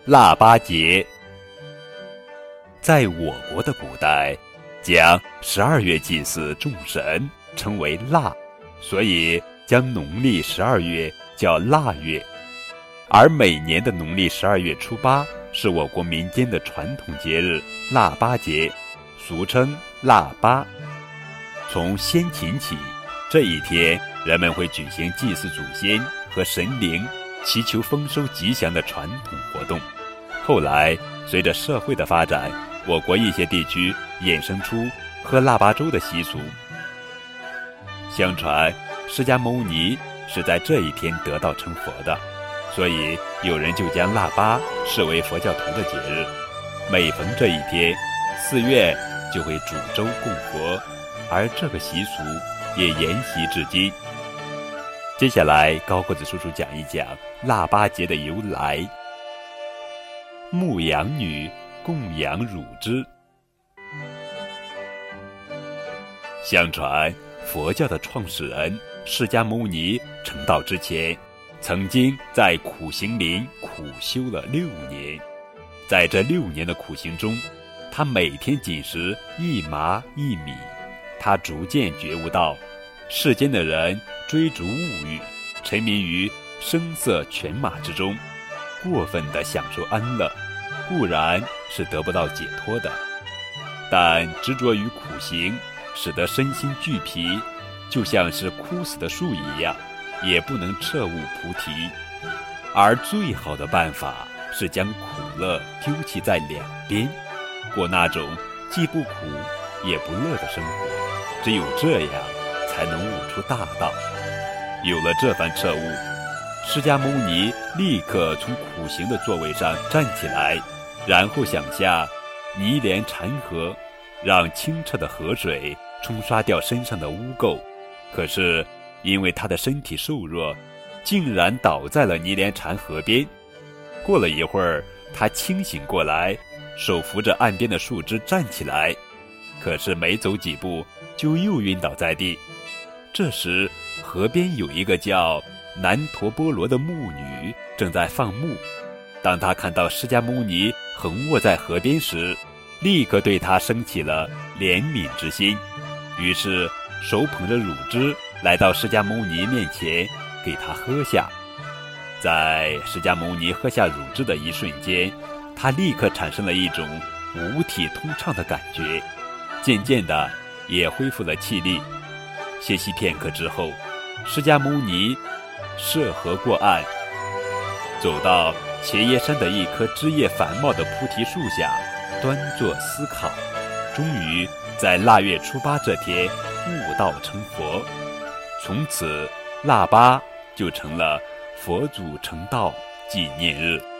腊八节。在我国的古代，将12月祭祀众神称为腊，所以将农历12月叫腊月。而每年的农历12月初8是我国民间的传统节日腊八节，俗称腊八。从先秦起，这一天人们会举行祭祀祖先和神灵、祈求丰收吉祥的传统活动。后来随着社会的发展，我国一些地区衍生出喝腊八粥的习俗。相传释迦牟尼是在这一天得道成佛的，所以有人就将腊八视为佛教徒的节日。每逢这一天，寺院就会煮粥供佛，而这个习俗也沿袭至今。接下来高个子叔叔讲一讲腊八节的由来。牧羊女供养乳汁。相传佛教的创始人释迦牟尼成道之前，曾经在苦行林苦修了6年。在这6年的苦行中，他每天仅食1麻1米。他逐渐觉悟到，世间的人追逐物欲，沉迷于声色犬马之中，过分地享受安乐，固然是得不到解脱的，但执着于苦行，使得身心俱疲，就像是枯死的树一样，也不能彻悟菩提。而最好的办法是将苦乐丢弃在两边，过那种既不苦也不乐的生活。只有这样才能悟出大道。有了这番彻悟，释迦牟尼立刻从苦行的座位上站起来，然后想下泥莲禅河，让清澈的河水冲刷掉身上的污垢。可是因为他的身体瘦弱，竟然倒在了泥莲禅河边。过了一会儿，他清醒过来，手扶着岸边的树枝站起来，可是没走几步就又晕倒在地。这时河边有一个叫南陀波罗的牧女正在放牧。当他看到释迦牟尼横卧在河边时，立刻对他生起了怜悯之心，于是手捧着乳汁来到释迦牟尼面前给他喝下。在释迦牟尼喝下乳汁的一瞬间，他立刻产生了一种五体通畅的感觉，渐渐的也恢复了气力。歇息片刻之后，释迦牟尼涉河过岸，走到伽耶山的一棵枝叶繁茂的菩提树下，端坐思考，终于在腊月初8这天悟道成佛。从此腊八就成了佛祖成道纪念日。